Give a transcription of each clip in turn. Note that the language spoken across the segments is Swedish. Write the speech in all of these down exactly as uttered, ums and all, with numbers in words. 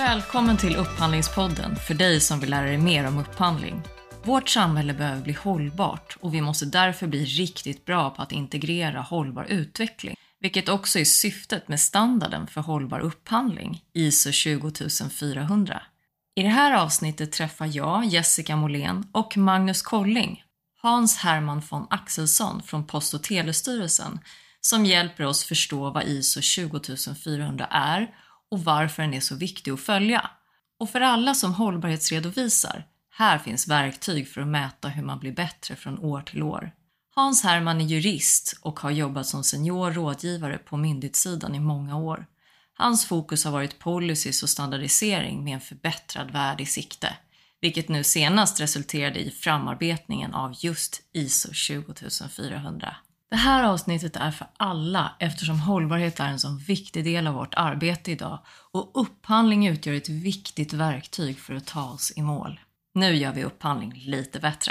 Välkommen till Upphandlingspodden för dig som vill lära dig mer om upphandling. Vårt samhälle behöver bli hållbart och vi måste därför bli riktigt bra på att integrera hållbar utveckling, vilket också är syftet med standarden för hållbar upphandling, I S O tjugo fyrahundra. I det här avsnittet träffar jag, Jessica Molén och Magnus Colling, Hans Herman von Axelsson från Post- och telestyrelsen, som hjälper oss förstå vad I S O tjugo fyrahundra är och varför den är så viktig att följa. Och för alla som hållbarhetsredovisar, här finns verktyg för att mäta hur man blir bättre från år till år. Hans Herman är jurist och har jobbat som senior rådgivare på myndighetssidan i många år. Hans fokus har varit policies och standardisering med en förbättrad värld i sikte, vilket nu senast resulterade i framarbetningen av just I S O tjugo fyrahundra. Det här avsnittet är för alla eftersom hållbarhet är en sån viktig del av vårt arbete idag och upphandling utgör ett viktigt verktyg för att ta oss i mål. Nu gör vi upphandling lite bättre.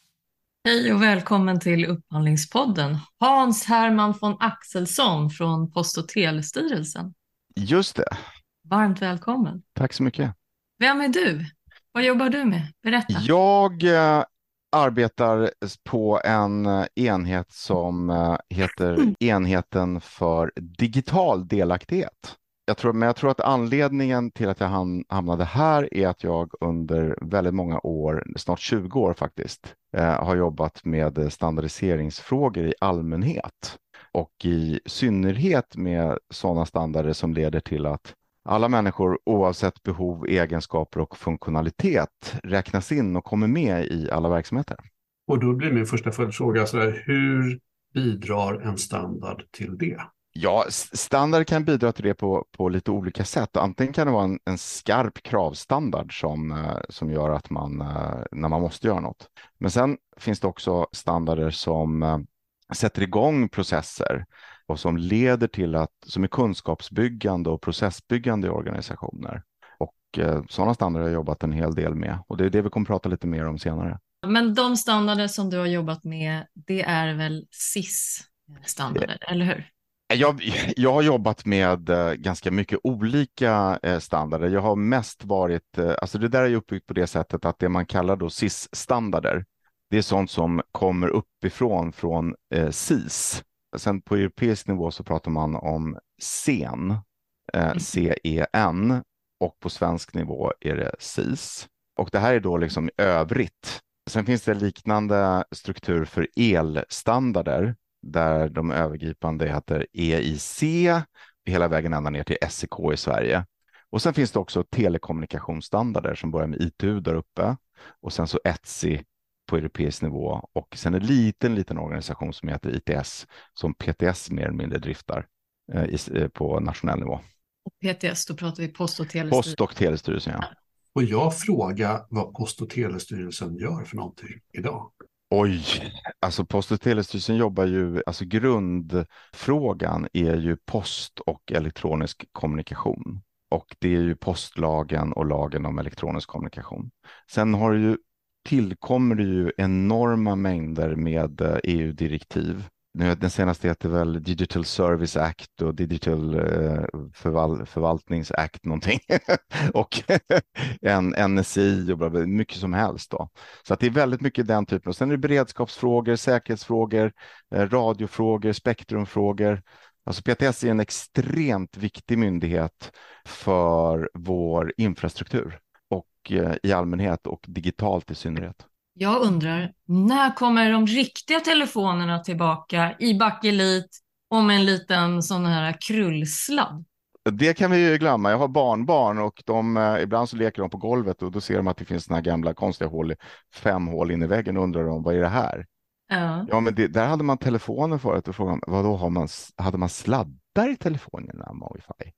Hej och välkommen till Upphandlingspodden. Hans Herman von Axelsson från Post- och telestyrelsen. Just det. Varmt välkommen. Tack så mycket. Vem är du? Vad jobbar du med? Berätta. Jag eh, arbetar på en eh, enhet som eh, heter Enheten för digital delaktighet. Jag tror, men jag tror att anledningen till att jag ham- hamnade här är att jag under väldigt många år, snart tjugo år faktiskt, eh, har jobbat med standardiseringsfrågor i allmänhet. Och i synnerhet med sådana standarder som leder till att alla människor oavsett behov, egenskaper och funktionalitet räknas in och kommer med i alla verksamheter. Och då blir min första följdfråga så här, hur bidrar en standard till det? Ja, standard kan bidra till det på, på lite olika sätt. Antingen kan det vara en, en skarp kravstandard som, eh, som gör att man, eh, när man måste göra något. Men sen finns det också standarder som eh, sätter igång processer och som leder till att, som är kunskapsbyggande och processbyggande i organisationer. Och eh, sådana standarder har jag jobbat en hel del med. Och det är det vi kommer prata lite mer om senare. Men de standarder som du har jobbat med, det är väl S I S-standarder, eller hur? Jag, jag har jobbat med eh, ganska mycket olika eh, standarder. Jag har mest varit, eh, alltså det där är uppbyggt på det sättet att det man kallar då S I S-standarder, det är sånt som kommer uppifrån från eh, S I S. Sen på europeisk nivå så pratar man om C E N, eh, C E N, och på svensk nivå är det S I S. Och det här är då liksom i övrigt. Sen finns det liknande struktur för elstandarder, där de övergripande heter E I C, hela vägen ända ner till S E K i Sverige. Och sen finns det också telekommunikationsstandarder som börjar med I T U där uppe. Och sen så E T S I på europeisk nivå. Och sen en liten, liten organisation som heter I T S, som P T S mer eller mindre driftar eh, i, på nationell nivå. Och P T S, då pratar vi Post- och telestyrelsen. Post- och telestyrelsen, ja. Och jag frågar vad Post- och telestyrelsen gör för någonting idag. Oj, alltså Post- och telestyrelsen jobbar ju, alltså grundfrågan är ju post och elektronisk kommunikation. Och det är ju postlagen och lagen om elektronisk kommunikation. Sen har det ju, tillkommer det ju enorma mängder med E U-direktiv. Nu, den senaste heter väl Digital Service Act och Digital eh, förval- Förvaltnings Act någonting. och en N S I och bla bla, mycket som helst då. Så att det är väldigt mycket den typen. Och sen är det beredskapsfrågor, säkerhetsfrågor, eh, radiofrågor, spektrumfrågor. Alltså P T S är en extremt viktig myndighet för vår infrastruktur och eh, i allmänhet och digitalt i synnerhet. Jag undrar, när kommer de riktiga telefonerna tillbaka i bakelit och med en liten sån här krullsladd? Det kan vi ju glömma. Jag har barnbarn och de, eh, ibland så leker de på golvet och då ser de att det finns såna här gamla konstiga hål, fem hål in i väggen och undrar de, vad är det här? Ja. Ja, men det, där hade man telefonen förut och frågade, vad då har man, hade man sladdar i telefonen med wifi?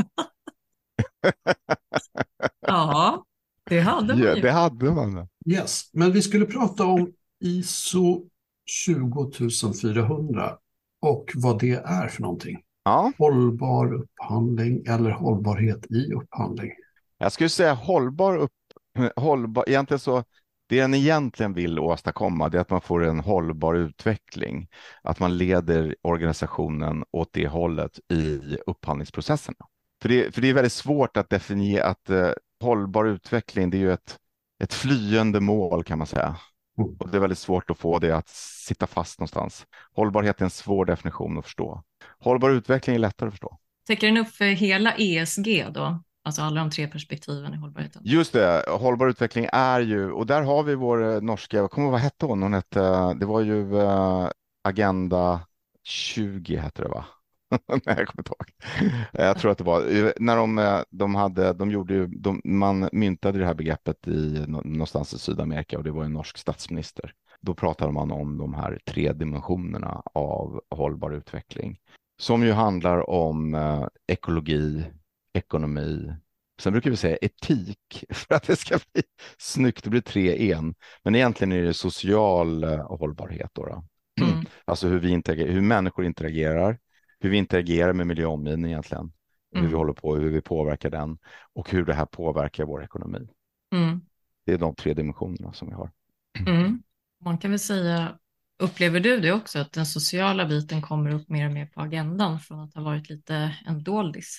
Ja, det hade man Ja, ju. det hade man. Yes, men vi skulle prata om I S O tjugo fyrahundra och vad det är för någonting. Ja, Hållbar upphandling eller hållbarhet i upphandling. jag skulle säga hållbar upp, hållbar, egentligen så, det den egentligen vill åstadkomma det är att man får en hållbar utveckling. Att man leder organisationen åt det hållet i upphandlingsprocesserna. För det, för det är väldigt svårt att definiera att eh, hållbar utveckling, det är ju ett, ett flyende mål kan man säga. Mm. Och det är väldigt svårt att få det att sitta fast någonstans. Hållbarhet är en svår definition att förstå. Hållbar utveckling är lättare att förstå. Täcker den upp för hela E S G då? Alltså alla de tre perspektiven i hållbarheten? Just det, hållbar utveckling är ju, och där har vi vår eh, norska, jag kommer ihåg vad hette hon? Hon hette, eh, det var ju eh, Agenda tjugo hette det va? Nej, jag kommer inte ihåg. Jag tror att det var eh, när de, eh, de hade, de gjorde ju, de, man myntade det här begreppet i nå- någonstans i Sydamerika och det var en norsk statsminister. Då pratade man om de här tre dimensionerna av hållbar utveckling som ju handlar om eh, ekologi, ekonomi. Sen brukar vi säga etik för att det ska bli snyggt. Det blir tre en. Men egentligen är det social eh, hållbarhet då. då. Mm. Alltså hur, vi interagerar, hur människor interagerar, hur vi interagerar med miljöomgivningen egentligen. Hur Mm. vi håller på, hur vi påverkar den och hur det här påverkar vår ekonomi. Mm. Det är de tre dimensionerna som vi har. Mm. Man kan väl säga, upplever du det också, att den sociala biten kommer upp mer och mer på agendan från att ha varit lite en doldis?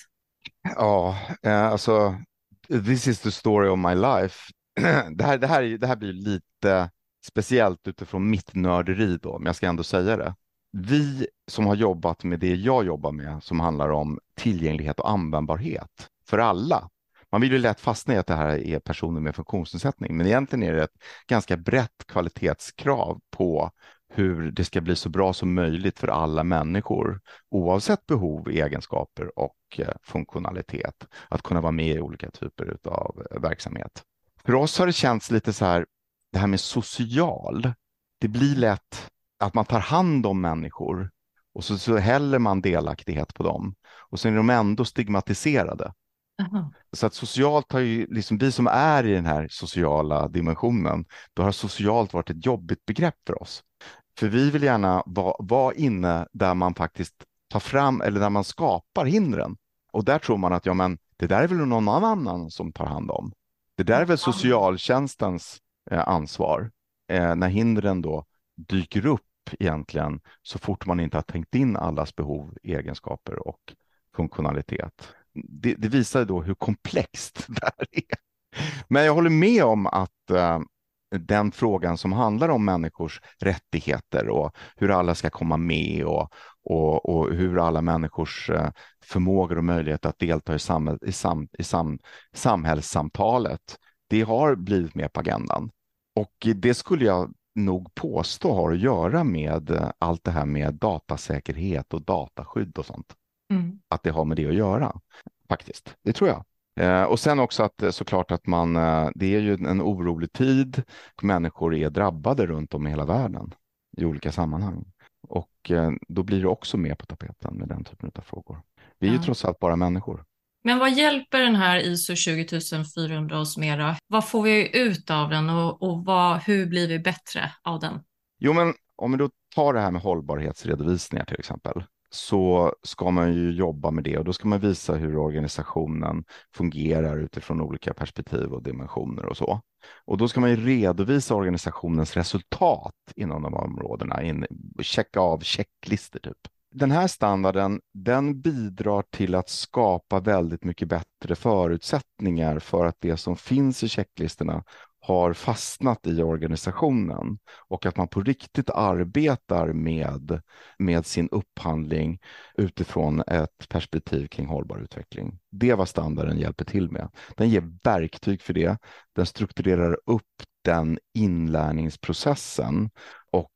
Ja, eh, alltså this is the story of my life. Det här, det här, är- det här blir lite speciellt utifrån mitt nörderi då, men jag ska ändå säga det. Vi som har jobbat med det jag jobbar med som handlar om tillgänglighet och användbarhet för alla. Man vill ju lätt fastna i att det här är personer med funktionsnedsättning, men egentligen är det ett ganska brett kvalitetskrav på hur det ska bli så bra som möjligt för alla människor, oavsett behov, egenskaper och eh, funktionalitet, att kunna vara med i olika typer av verksamhet. För oss har det känts lite så här, det här med social, det blir lätt att man tar hand om människor och så, så häller man delaktighet på dem och sen är de ändå stigmatiserade. Aha. Så att socialt har ju, liksom vi som är i den här sociala dimensionen, då har socialt varit ett jobbigt begrepp för oss. För vi vill gärna vara, vara inne där man faktiskt tar fram eller där man skapar hindren. Och där tror man att ja, men det där är väl någon annan som tar hand om. Det där är väl socialtjänstens eh, ansvar. Eh, när hindren då dyker upp egentligen så fort man inte har tänkt in allas behov, egenskaper och funktionalitet. Det, det visar då hur komplext det här är. Men jag håller med om att eh, den frågan som handlar om människors rättigheter och hur alla ska komma med och, och, och hur alla människors eh, förmågor och möjlighet att delta i, sam, i, sam, i sam, samhällssamtalet, det har blivit med på agendan. Och det skulle jag nog påstå har att göra med eh, allt det här med datasäkerhet och dataskydd och sånt. Mm. Att det har med det att göra, faktiskt. Det tror jag. Eh, och sen också att eh, såklart att man, eh, det är ju en orolig tid. Människor är drabbade runt om i hela världen i olika sammanhang. Och eh, då blir det också med på tapeten med den typen av frågor. Vi är ju Ja. trots allt bara människor. Men vad hjälper den här I S O tjugo fyrahundra oss med då? Vad får vi ut av den och, och vad, hur blir vi bättre av den? Jo, men om vi då tar det här med hållbarhetsredovisningar till exempel, så ska man ju jobba med det och då ska man visa hur organisationen fungerar utifrån olika perspektiv och dimensioner och så. Och då ska man ju redovisa organisationens resultat inom de här områdena, in, checka av checklistor typ. Den här standarden, den bidrar till att skapa väldigt mycket bättre förutsättningar för att det som finns i checklistorna har fastnat i organisationen och att man på riktigt arbetar med, med sin upphandling utifrån ett perspektiv kring hållbar utveckling. Det är vad standarden hjälper till med. Den ger verktyg för det. Den strukturerar upp den inlärningsprocessen och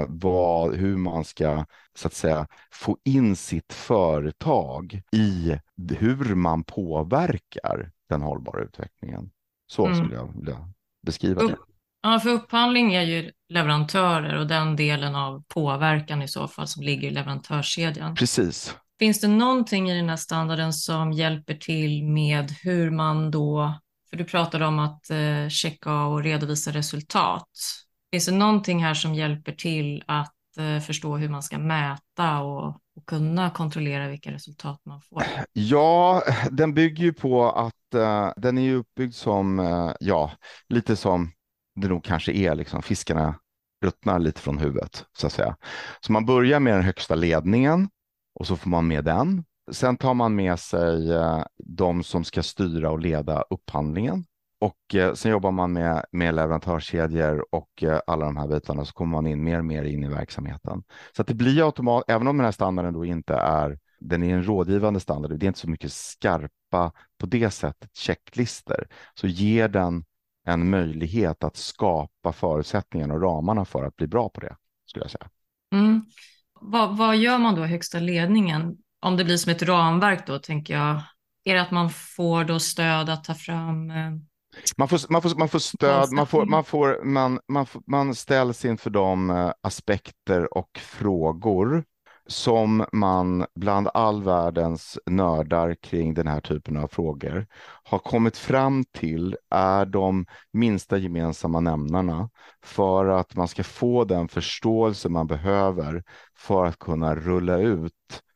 vad, hur man ska så att säga få in sitt företag i hur man påverkar den hållbara utvecklingen. Så Mm. skulle jag vilja beskriva det. Ja, för upphandling är ju leverantörer och den delen av påverkan i så fall som ligger i leverantörskedjan. Precis. Finns det någonting i den här standarden som hjälper till med hur man då, för du pratade om att eh, checka och redovisa resultat. Finns det någonting här som hjälper till att eh, förstå hur man ska mäta och, och kunna kontrollera vilka resultat man får? Ja, den bygger ju på att uh, den är ju uppbyggd som, uh, ja, lite som det nog kanske är, liksom fiskarna ruttnar lite från huvudet, så att säga. Så man börjar med den högsta ledningen och så får man med den. Sen tar man med sig eh, de som ska styra och leda upphandlingen. Och eh, sen jobbar man med, med leverantörskedjor och eh, alla de här bitarna, så kommer man in mer och mer in i verksamheten. Så att det blir automat, även om den här standarden då inte är, den är en rådgivande standard, det är inte så mycket skarpa på det sättet checklister, så ger den en möjlighet att skapa förutsättningarna och ramarna för att bli bra på det, skulle jag säga. Mm. Vad, vad gör man då i högsta ledningen? Om det blir som ett ramverk då, tänker jag. Är det att man får då stöd att ta fram... Eh... Man får, man, får, man får stöd, man, får, man, får, man, man, får, man ställs inför de eh, aspekter och frågor som man bland all världens nördar kring den här typen av frågor har kommit fram till är de minsta gemensamma nämnarna för att man ska få den förståelse man behöver för att kunna rulla ut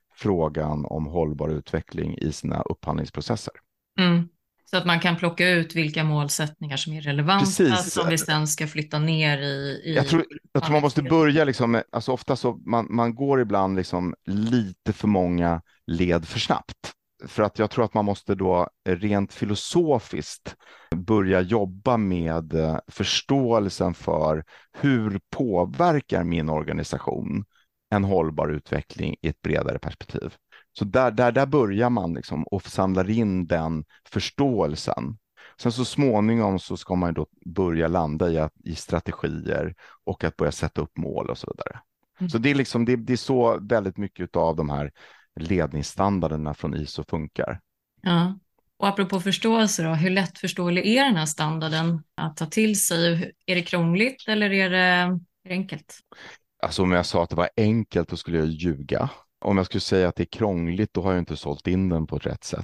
frågan om hållbar utveckling i sina upphandlingsprocesser. Mm. Så att man kan plocka ut vilka målsättningar som är relevanta. Precis. Som vi sen ska flytta ner i... i jag, tror, jag tror man måste börja, liksom, alltså ofta så man, man går ibland liksom lite för många led för snabbt. För att jag tror att man måste då rent filosofiskt börja jobba med förståelsen för hur påverkar min organisation en hållbar utveckling i ett bredare perspektiv. Så där, där, där börjar man liksom och samlar in den förståelsen. Sen så småningom så ska man då börja landa i, att, i strategier och att börja sätta upp mål och så vidare. Mm. Så det är, liksom, det, det är så väldigt mycket av de här ledningsstandarderna från I S O funkar. Ja. Och apropå förståelse då, hur lätt förståelig är den här standarden att ta till sig? Är det krångligt eller är det, är det enkelt? Alltså om jag sa att det var enkelt, då skulle jag ljuga. Om jag skulle säga att det är krångligt, då har jag inte sålt in den på ett rätt sätt.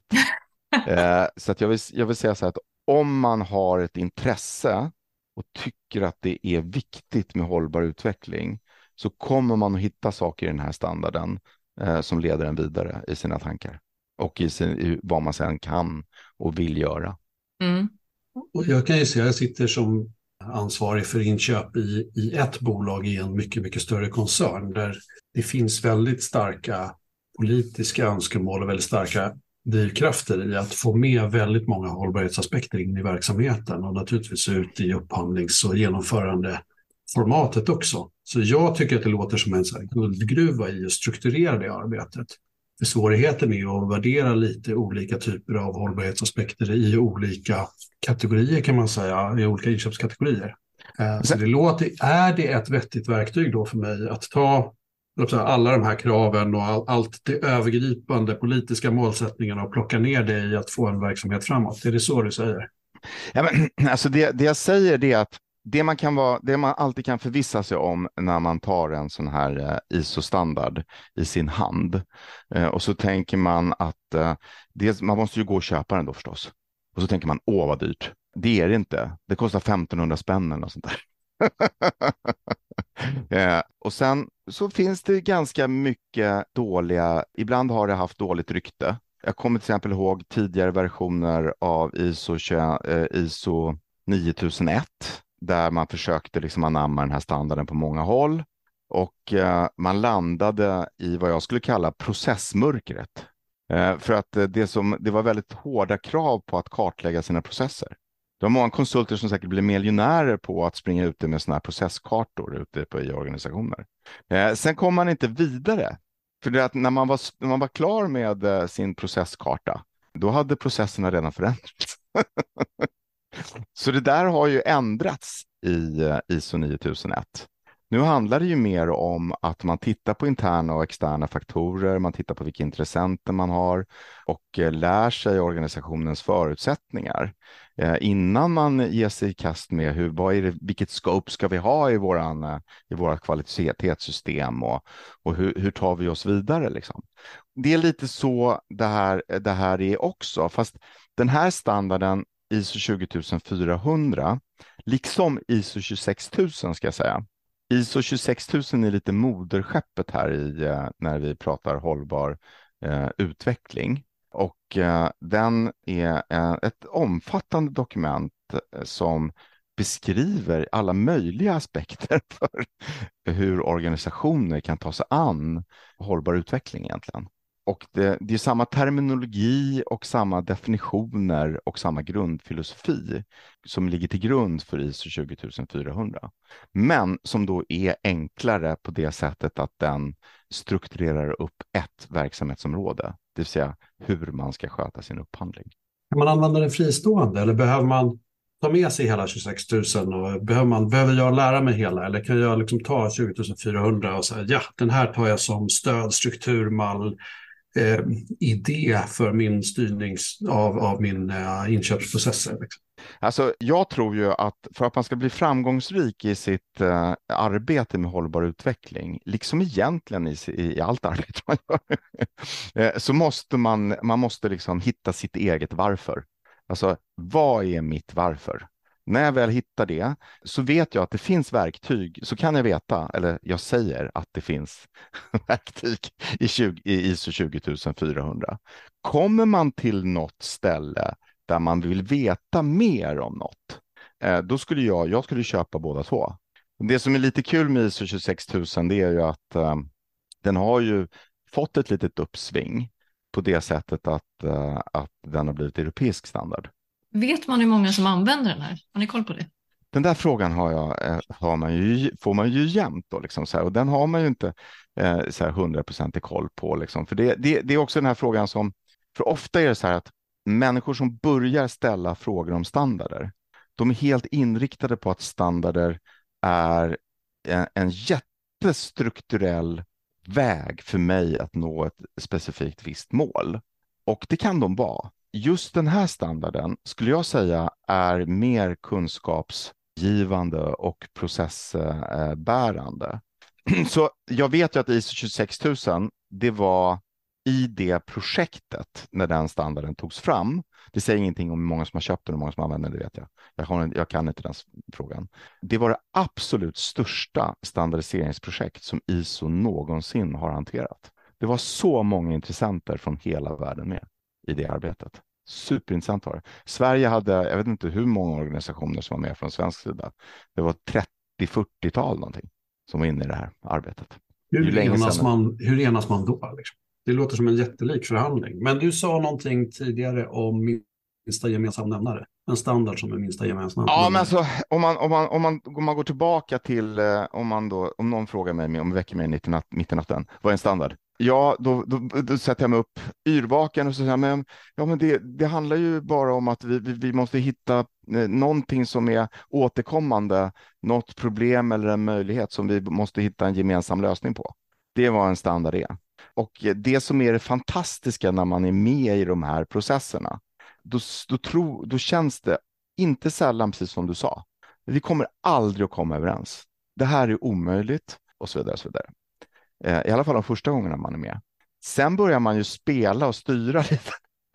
eh, så att jag, vill, jag vill säga så här att om man har ett intresse och tycker att det är viktigt med hållbar utveckling, så kommer man att hitta saker i den här standarden eh, som leder en vidare i sina tankar och i, sin, i vad man sedan kan och vill göra. Mm. Och jag kan ju säga, jag sitter som ansvarig för inköp i, i ett bolag i en mycket, mycket större koncern där det finns väldigt starka politiska önskemål och väldigt starka drivkrafter i att få med väldigt många hållbarhetsaspekter in i verksamheten och naturligtvis ut i upphandlings- och genomförande formatet också. Så jag tycker att det låter som en så här guldgruva i att strukturera det arbetet. För svårigheten är att värdera lite olika typer av hållbarhetsaspekter i olika kategorier, kan man säga, i olika inköpskategorier. Så det låter, är det ett vettigt verktyg då för mig att ta alla de här kraven och all, allt det övergripande politiska målsättningarna och plocka ner det i att få en verksamhet framåt? Är det så du säger? Ja, men, alltså det, det jag säger är att det man, kan vara, det man alltid kan förvissa sig om när man tar en sån här eh, I S O-standard i sin hand eh, och så tänker man att eh, det, man måste ju gå och köpa den då förstås. Och så tänker man, åh vad dyrt. Det är det inte. Det kostar femtonhundra spänn eller något sånt där. eh, och sen så finns det ganska mycket dåliga, ibland har det haft dåligt rykte. Jag kommer till exempel ihåg tidigare versioner av I S O, eh, I S O nio tusen ett där man försökte liksom anamma den här standarden på många håll och eh, man landade i vad jag skulle kalla processmörkret. Eh, för att eh, det, som, det var väldigt hårda krav på att kartlägga sina processer. Det var många konsulter som säkert blev miljonärer på att springa ute med såna här processkartor ute på i organisationer. Eh, sen kom man inte vidare. För det att när man var, när man var klar med eh, sin processkarta, då hade processerna redan förändrats. Så det där har ju ändrats i eh, I S O nio tusen ett. Nu handlar det ju mer om att man tittar på interna och externa faktorer, man tittar på vilka intressenter man har och eh, lär sig organisationens förutsättningar eh, innan man ger sig i kast med hur, vad är det, vilket scope ska vi ha i våran, eh, i våra kvalitetssystem och, och hur, hur tar vi oss vidare liksom. Det är lite så det här, det här är också, fast den här standarden I S O tjugo fyra hundra liksom I S O tjugosex tusen ska jag säga. I S O tjugosex tusen är lite moderskeppet här i, eh, när vi pratar hållbar eh, utveckling. Och eh, den är eh, ett omfattande dokument eh, som beskriver alla möjliga aspekter för hur organisationer kan ta sig an hållbar utveckling egentligen. och det, det är samma terminologi och samma definitioner och samma grundfilosofi som ligger till grund för I S O tjugo fyrahundra. Men som då är enklare på det sättet att den strukturerar upp ett verksamhetsområde. Det vill säga hur man ska sköta sin upphandling. Kan man använda den fristående eller behöver man ta med sig hela tjugosex tusen och behöver, man, behöver jag lära mig hela eller kan jag liksom ta tjugo fyrahundra och säga ja, den här tar jag som stöd, strukturmall, eh, idé för min styrning av, av min eh, inköpsprocesser. Liksom. Alltså, jag tror ju att för att man ska bli framgångsrik i sitt eh, arbete med hållbar utveckling, liksom egentligen i, i allt arbete man gör, eh, så måste man, man måste liksom hitta sitt eget varför. Alltså, vad är mitt varför? När jag väl hittar det så vet jag att det finns verktyg, så kan jag veta, eller jag säger att det finns verktyg i, tjugo, i I S O tjugo fyrahundra. Kommer man till något ställe där man vill veta mer om något, eh, då skulle jag, jag skulle köpa båda två. Det som är lite kul med I S O tjugosex tusen, det är ju att eh, den har ju fått ett litet uppsving på det sättet att, uh, att den har blivit europeisk standard. Vet man hur många som använder den här? Har ni koll på det? Den där frågan har jag, eh, har man ju, får man ju jämt då, liksom, så här, och den har man ju inte eh, så här hundra procent i koll på. Liksom, för det, det, det är också den här frågan som, för ofta är det så här att människor som börjar ställa frågor om standarder, de är helt inriktade på att standarder är en, en jättestrukturell väg för mig att nå ett specifikt visst mål. Och det kan de vara. Just den här standarden skulle jag säga är mer kunskapsgivande och processbärande. Så jag vet ju att I S O tjugosex tusen, det var i det projektet när den standarden togs fram. Det säger ingenting om hur många som har köpt den och hur många som använder det, vet jag. Jag, har, jag kan inte den frågan. Det var det absolut största standardiseringsprojekt som I S O någonsin har hanterat. Det var så många intressenter från hela världen med i det arbetet. Superintressant var det. Sverige hade, jag vet inte hur många organisationer som var med från svensk sida. Det var trettio fyrtiotal någonting som var inne i det här arbetet. Hur enas man, hur enas man då? Liksom? Det låter som en jättelik förhandling. Men du sa någonting tidigare om minsta gemensam nämnare. En standard som är minsta gemensam nämnare. Ja, men alltså om man, om man, om man, om man går tillbaka till, eh, om, man då, om någon frågar mig om väcker mig mitt i, natt, mitt i natten, vad är en standard? Ja, då, då, då sätter jag mig upp yrvaken och så säger men, ja, men det, det handlar ju bara om att vi, vi, vi måste hitta eh, någonting som är återkommande, något problem eller en möjlighet som vi måste hitta en gemensam lösning på. Det var en standard är. Och det som är det fantastiska när man är med i de här processerna, då, då, tro, då känns det inte sällan precis som du sa. Vi kommer aldrig att komma överens. Det här är omöjligt och så vidare. Och så vidare. I alla fall de första gångerna man är med. Sen börjar man ju spela och styra lite.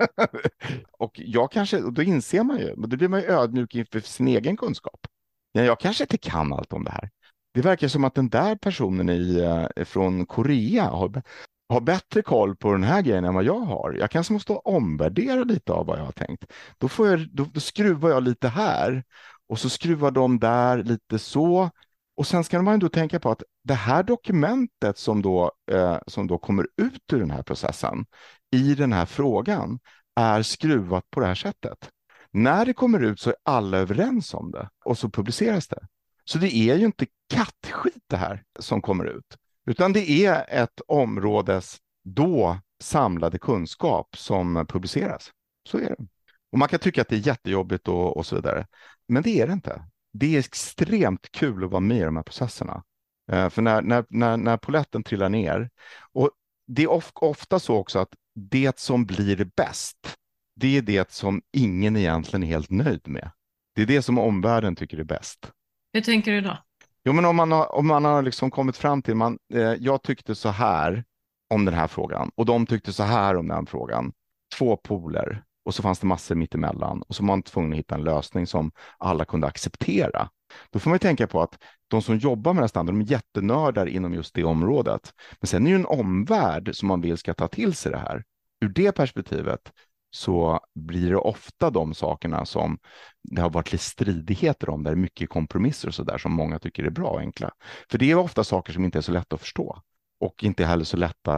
Och jag kanske, och då inser man ju, men då blir man ju ödmjuk inför sin egen kunskap. Ja, jag kanske inte kan allt om det här. Det verkar som att den där personen i, från Korea har, har bättre koll på den här grejen än vad jag har. Jag kanske måste omvärdera lite av vad jag har tänkt. Då, får jag, då, då skruvar jag lite här och så skruvar de där lite så. Och sen ska man ändå tänka på att det här dokumentet som då, eh, som då kommer ut ur den här processen i den här frågan är skruvat på det här sättet. När det kommer ut så är alla överens om det och så publiceras det. Så det är ju inte kattskit det här som kommer ut, utan det är ett områdes då samlade kunskap som publiceras. Så är det. Och man kan tycka att det är jättejobbigt och, och så vidare, men det är det inte. Det är extremt kul att vara med i de här processerna. Eh, för när, när, när, när poletten trillar ner, och det är of, ofta så också att det som blir bäst, det är det som ingen egentligen är helt nöjd med. Det är det som omvärlden tycker är bäst. Hur tänker du då? Jo, men om man har, om man har liksom kommit fram till, man, eh, jag tyckte så här om den här frågan och de tyckte så här om den frågan. Två poler och så fanns det massor mitt emellan och så var man tvungen att hitta en lösning som alla kunde acceptera. Då får man ju tänka på att de som jobbar med den här standarden, de är jättenördar inom just det området. Men sen är det ju en omvärld som man vill ska ta till sig det här. Ur det perspektivet så blir det ofta de sakerna som det har varit lite stridigheter om, där det är mycket kompromisser och så där som många tycker är bra och enkla. För det är ofta saker som inte är så lätta att förstå och inte heller så lätta att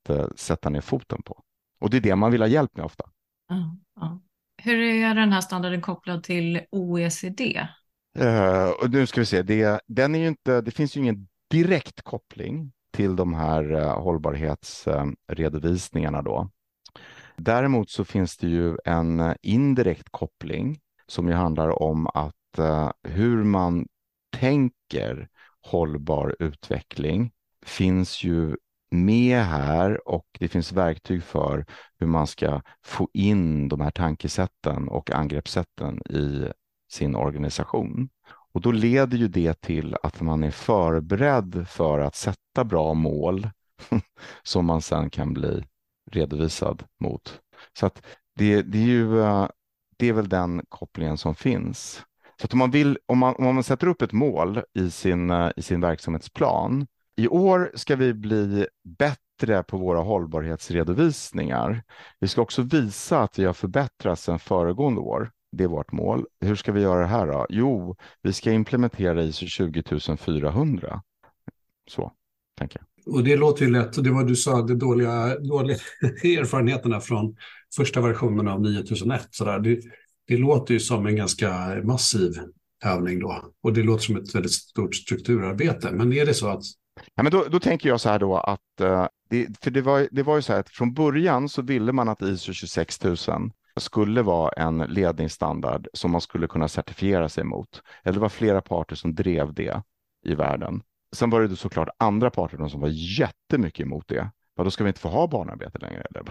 att uh, sätta ner foten på. Och det är det man vill ha hjälp med ofta. Ja, ja. Hur är den här standarden kopplad till O E C D? Uh, och nu ska vi se, det, den är ju inte, det finns ju ingen direkt koppling till de här uh, hållbarhetsredovisningarna uh, då. Däremot så finns det ju en uh, indirekt koppling som ju handlar om att uh, hur man tänker hållbar utveckling finns ju med här, och det finns verktyg för hur man ska få in de här tankesätten och angreppssätten i sin organisation. Och då leder ju det till att man är förberedd för att sätta bra mål som man sen kan bli redovisad mot. Så att det, det är ju det är väl den kopplingen som finns. Så att om man vill, om man, om man sätter upp ett mål i sin, i sin verksamhetsplan, i år ska vi bli bättre på våra hållbarhetsredovisningar. Vi ska också visa att vi har förbättrats sedan föregående år. Det är vårt mål. Hur ska vi göra det här då? Jo, vi ska implementera I S O tjugo fyrahundra. Så, tänker jag. Och det låter ju lätt, och det var du sa, de dåliga, dåliga erfarenheterna från första versionen av nio tusen ett. Så där. Det, det låter ju som en ganska massiv övning då. Och det låter som ett väldigt stort strukturarbete. Men är det så att... Ja, men då, då tänker jag så här då att, uh, det, för det var, det var ju så här att från början så ville man att I S O tjugosex tusen skulle vara en ledningsstandard som man skulle kunna certifiera sig mot. Eller det var flera parter som drev det i världen. Sen var det såklart andra parter som var jättemycket emot det. Ja, då ska vi inte få ha barnarbete längre. Eller?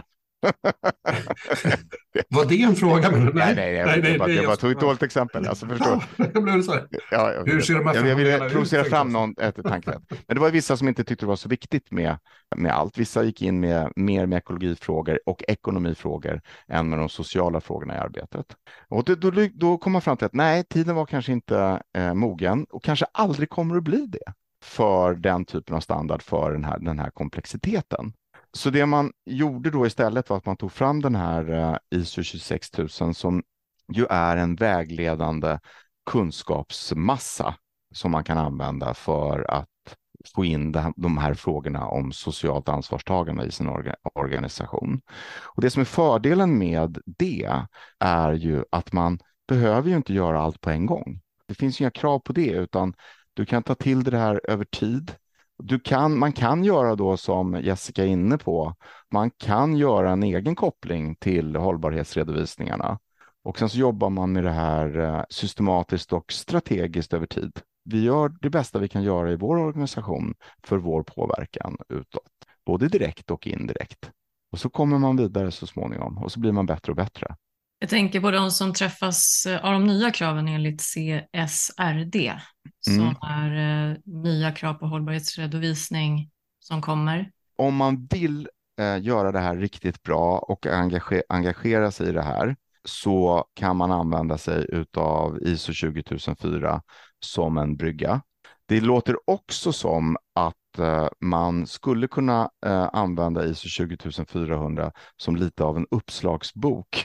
Var det en fråga? Men, nej, nej, nej, nej, nej, nej, jag bara, jag bara tog ett dåligt exempel. Alltså, förstår. Jag blev så här. Ja, jag, Hur ser de här jag, jag ville provocera ut, fram någon, ett tankesätt. Men det var vissa som inte tyckte det var så viktigt med, med allt. Vissa gick in med mer med ekologifrågor och ekonomifrågor än med de sociala frågorna i arbetet. Och då, då, då kom man fram till att nej, tiden var kanske inte eh, mogen och kanske aldrig kommer att bli det för den typen av standard för den här, den här komplexiteten. Så det man gjorde då istället var att man tog fram den här uh, I S O tjugosex tusen som ju är en vägledande kunskapsmassa som man kan använda för att få in det, de här frågorna om socialt ansvarstagande i sin orga, organisation. Och det som är fördelen med det är ju att man behöver ju inte göra allt på en gång. Det finns inga krav på det, utan du kan ta till det här över tid. Du kan, man kan göra då som Jessica är inne på, man kan göra en egen koppling till hållbarhetsredovisningarna. Och sen så jobbar man med det här systematiskt och strategiskt över tid. Vi gör det bästa vi kan göra i vår organisation för vår påverkan utåt, både direkt och indirekt. Och så kommer man vidare så småningom och så blir man bättre och bättre. Jag tänker på de som träffas av de nya kraven enligt C S R D, som mm. är eh, nya krav på hållbarhetsredovisning som kommer. Om man vill eh, göra det här riktigt bra och engage- engagera sig i det här, så kan man använda sig av I S O tjugo tusen fyra som en brygga. Det låter också som att eh, man skulle kunna eh, använda I S O tjugo fyrahundra som lite av en uppslagsbok.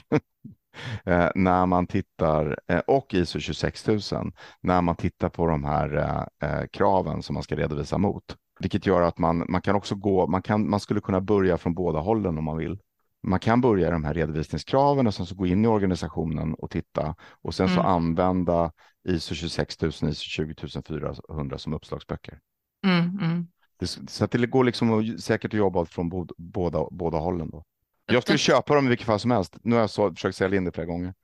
Eh, när man tittar, eh, och I S O tjugosex tusen, när man tittar på de här eh, kraven som man ska redovisa mot. Vilket gör att man, man kan också gå, man, kan, man skulle kunna börja från båda hållen om man vill. Man kan börja de här redovisningskraven och sen så gå in i organisationen och titta. Och sen mm. så använda I S O tjugosex tusen och I S O tjugo fyrahundra som uppslagsböcker. Mm, mm. Det, så att det går liksom att, säkert att jobba från bod, båda, båda hållen då. Jag skulle köpa dem i vilket fall som helst. Nu har jag så, försökt sälja in det flera gånger.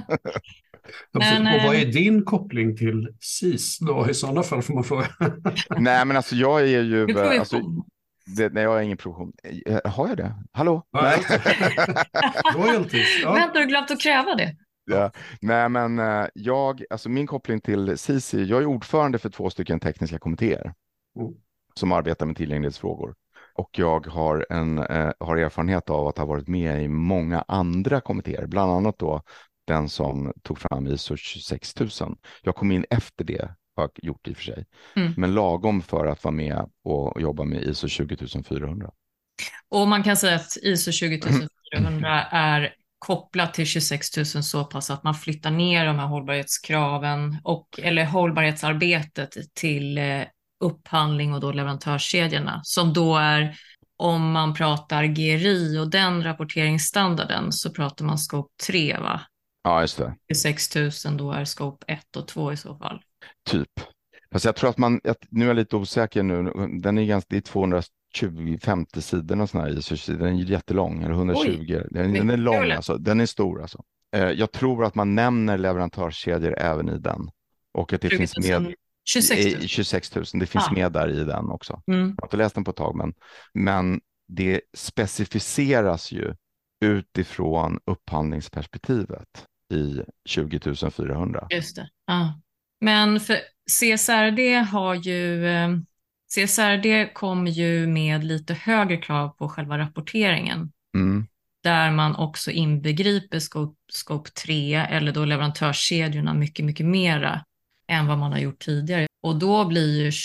Men, och vad är din koppling till S I S då? I sådana fall får man fråga. Nej, men alltså jag är ju... Alltså, det, nej, jag har ingen produktion. Har jag det? Hallå? Ja, nej. Royalties. Ja. Vänta, du glömt att kräva det. Ja. Nej, men jag... Alltså min koppling till S I S, jag är ordförande för två stycken tekniska kommittéer mm. som arbetar med tillgänglighetsfrågor. Och jag har, en, eh, har erfarenhet av att ha varit med i många andra kommittéer, bland annat då den som tog fram I S O tjugosex tusen. Jag kom in efter det, har jag gjort i och för sig, mm. men lagom för att vara med och jobba med I S O tjugo fyrahundra. Och man kan säga att I S O tjugo fyrahundra är kopplat till tjugosex tusen så pass att man flyttar ner de här hållbarhetskraven och, eller hållbarhetsarbetet till eh, upphandling och då leverantörskedjorna som då är om man pratar G R I och den rapporteringsstandarden så pratar man scope tre, va? Ja, just det. sex tusen då är scope ett och två i så fall. Typ. Fast jag tror att man, att, nu är jag lite osäker nu, den är ganska, det är tvåhundratjugo femtio sidor och sån här i S O, den är ju jättelång, eller hundratjugo, den, den är lång alltså, den är stor alltså. Eh, jag tror att man nämner leverantörskedjor även i den. Och att det finns med tjugosex tusen, det finns ah. med där i den också. Mm. Jag har inte läst den på ett tag, men, men det specificeras ju utifrån upphandlingsperspektivet i tjugo tusen fyrahundra. Just det. Ah. Men för C S R D har ju, C S R D kom ju med lite högre krav på själva rapporteringen. Mm. Där man också inbegriper scope, scope tre eller då leverantörskedjorna mycket, mycket mera än vad man har gjort tidigare. Och då blir ju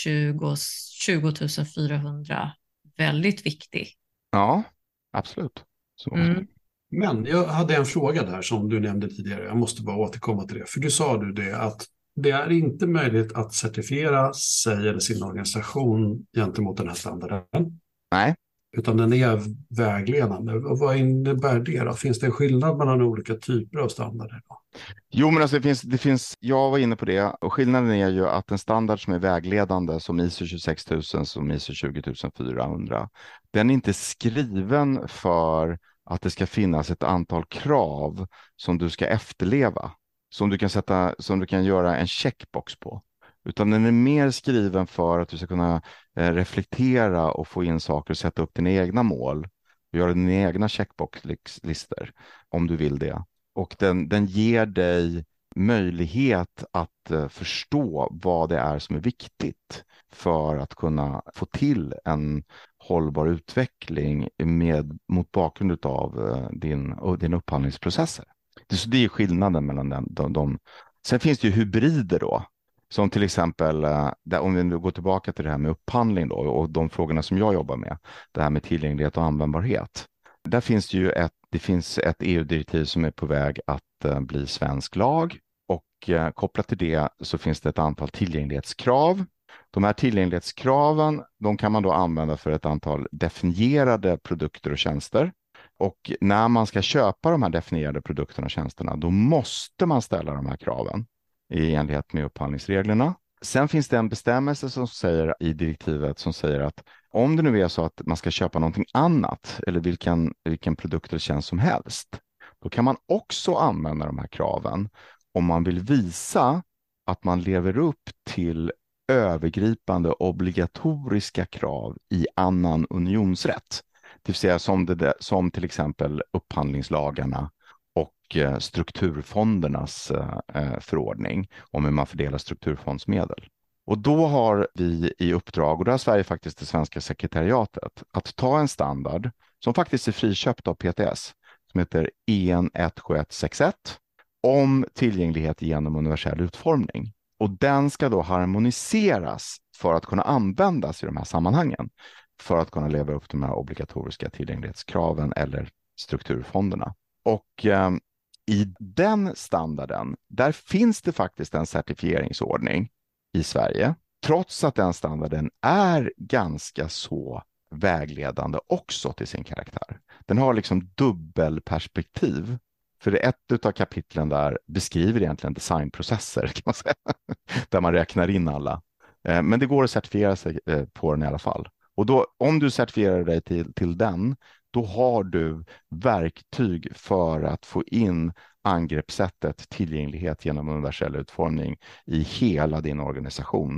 tjugo tusen fyrahundra väldigt viktig. Ja, absolut. Så. Mm. Men jag hade en fråga där som du nämnde tidigare. Jag måste bara återkomma till det. För du sa du det att det är inte möjligt att certifiera sig eller sin organisation gentemot den här standarden. Nej. Utan den är vägledande. Och vad innebär det då? Finns det en skillnad mellan olika typer av standarder då? Jo, men alltså det finns, det finns, jag var inne på det, och skillnaden är ju att en standard som är vägledande som I S O tjugosex tusen, som I S O tjugo tusen fyrahundra, den är inte skriven för att det ska finnas ett antal krav som du ska efterleva, som du kan sätta, som du kan göra en checkbox på. Utan den är mer skriven för att du ska kunna eh, reflektera och få in saker och sätta upp dina egna mål och göra dina egna checkboxlistor om du vill det. Och den, den ger dig möjlighet att uh, förstå vad det är som är viktigt för att kunna få till en hållbar utveckling med, mot bakgrund av uh, din, uh, din upphandlingsprocesser. Det, så det är skillnaden mellan den, de, de. Sen finns det ju hybrider då. Som till exempel, uh, där, om vi nu går tillbaka till det här med upphandling då, och de frågorna som jag jobbar med. Det här med tillgänglighet och användbarhet. Där finns det ju ett Det finns ett E U-direktiv som är på väg att uh, bli svensk lag, och uh, kopplat till det så finns det ett antal tillgänglighetskrav. De här tillgänglighetskraven, de kan man då använda för ett antal definierade produkter och tjänster. Och när man ska köpa de här definierade produkterna och tjänsterna, då måste man ställa de här kraven i enlighet med upphandlingsreglerna. Sen finns det en bestämmelse som säger i direktivet som säger att om det nu är så att man ska köpa någonting annat eller vilken, vilken produkt eller tjänst som helst, då kan man också använda de här kraven om man vill visa att man lever upp till övergripande obligatoriska krav i annan unionsrätt. Det vill säga som, det, som till exempel upphandlingslagarna och eh, strukturfondernas eh, förordning om hur man fördelar strukturfondsmedel. Och då har vi i uppdrag, och då har Sverige faktiskt det svenska sekretariatet, att ta en standard som faktiskt är friköpt av P T S, som heter E N ett sju ett sex ett, om tillgänglighet genom universell utformning. Och den ska då harmoniseras för att kunna användas i de här sammanhangen, för att kunna leva upp till de här obligatoriska tillgänglighetskraven eller strukturfonderna. Och eh, i den standarden, där finns det faktiskt en certifieringsordning i Sverige, trots att den standarden är ganska så vägledande också till sin karaktär. Den har liksom dubbelperspektiv. För det ett av kapitlen där beskriver egentligen designprocesser, kan man säga, där man räknar in alla. Eh, men det går att certifiera sig eh, på den i alla fall. Och då, om du certifierar dig till, till den, då har du verktyg för att få in angreppssättet tillgänglighet genom universell utformning i hela din organisation,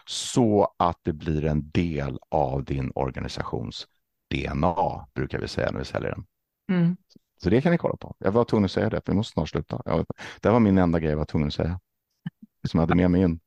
så att det blir en del av din organisations D N A, brukar vi säga när vi säljer den. Mm. Så det kan ni kolla på. Jag var tvungen att säga det, för vi måste snart sluta. Ja, det var min enda grej jag var tvungen att säga, som jag hade med mig in.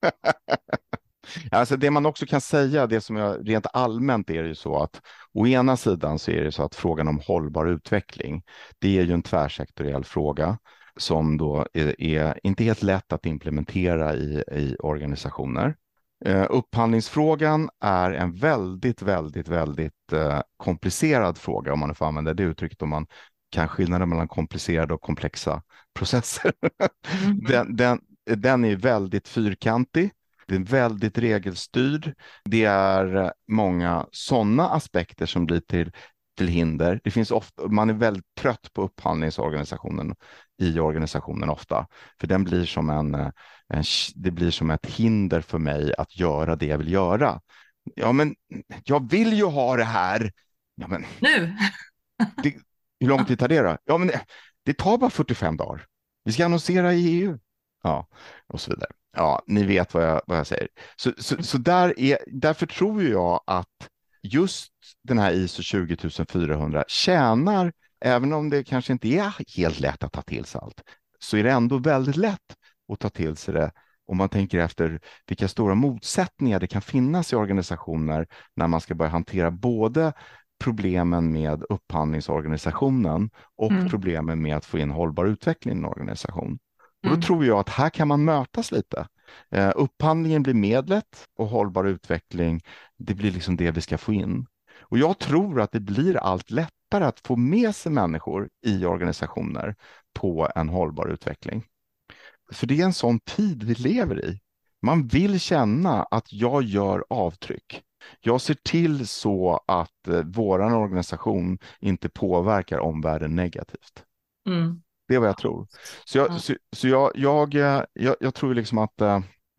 Alltså det man också kan säga, det som jag rent allmänt är ju så att å ena sidan så är det så att frågan om hållbar utveckling, det är ju en tvärsektoriell fråga som då är, är inte helt lätt att implementera i, i organisationer. Eh, upphandlingsfrågan är en väldigt, väldigt, väldigt eh, komplicerad fråga, om man får använda det uttrycket, om man kan skillnaden mellan komplicerade och komplexa processer. Mm. den, den, den är väldigt fyrkantig. Det är väldigt regelstyrd. Det är många sådana aspekter som blir till, till hinder. Det finns ofta, man är väldigt trött på upphandlingsorganisationen i organisationen ofta. För den blir som en, en, det blir som ett hinder för mig att göra det jag vill göra. Ja, men jag vill ju ha det här. Ja, men Nu! det, hur lång tid tar det då? Ja, men det, det tar bara fyrtiofem dagar. Vi ska annonsera i E U. Ja, och så vidare. Ja, ni vet vad jag, vad jag säger. Så, så, så där är, därför tror jag att just den här I S O tjugo fyrahundra tjänar, även om det kanske inte är helt lätt att ta till sig allt, så är det ändå väldigt lätt att ta till sig det om man tänker efter vilka stora motsättningar det kan finnas i organisationer när man ska börja hantera både problemen med upphandlingsorganisationen och Mm. problemen med att få in hållbar utveckling i en organisation. Och då Mm. tror jag att här kan man mötas lite. Eh, upphandlingen blir medlet och hållbar utveckling, det blir liksom det vi ska få in. Och jag tror att det blir allt lättare att få med sig människor i organisationer på en hållbar utveckling. För det är en sån tid vi lever i. Man vill känna att jag gör avtryck. Jag ser till så att eh, våran organisation inte påverkar omvärlden negativt. Mm. Det är vad jag tror. Så jag, Ja. så, så jag, jag, eh, jag, jag tror liksom att uh,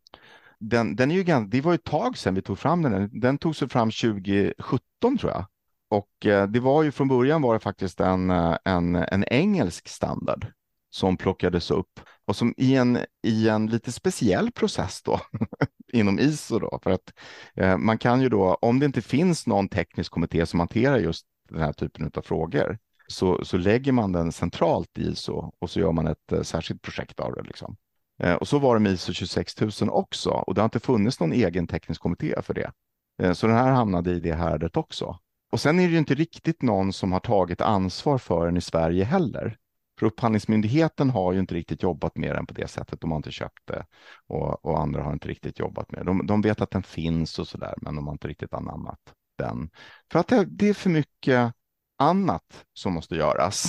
den, den är ju ganska, det var ju ett tag sedan vi tog fram den. Den tog sig fram tjugo sjutton tror jag. Och uh, det var ju från början var det faktiskt en, uh, en, en engelsk standard som plockades upp och som i en, i en lite speciell process då inom I S O då, för att uh, man kan ju då, om det inte finns någon teknisk kommitté som hanterar just den här typen av frågor, Så, så lägger man den centralt i I S O och så gör man ett eh, särskilt projekt av det. Liksom. Eh, och så var det med I S O tjugosex tusen också, och det har inte funnits någon egen teknisk kommitté för det. Eh, så den här hamnade i det härdet också. Och sen är det ju inte riktigt någon som har tagit ansvar för den i Sverige heller. För Upphandlingsmyndigheten har ju inte riktigt jobbat med den på det sättet, de har inte köpt det och, och andra har inte riktigt jobbat med det. De, de vet att den finns och sådär, men de har inte riktigt anammat den. För att det, det är för mycket annat som måste göras.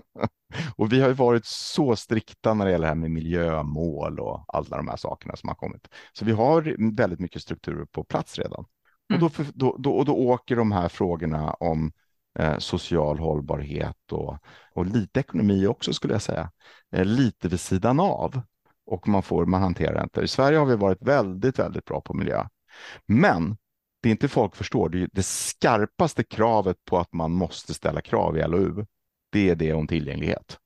Och vi har ju varit så strikta när det gäller det här med miljömål och alla de här sakerna som har kommit. Så vi har väldigt mycket strukturer på plats redan. Mm. Och, då, då, då, och då åker de här frågorna om eh, social hållbarhet och, och lite ekonomi också skulle jag säga, eh, lite vid sidan av. Och man får, man hanterar inte. I Sverige har vi varit väldigt, väldigt bra på miljö. Men det är inte folk förstår, det är det skarpaste kravet på att man måste ställa krav i L O U. Det är det om tillgänglighet.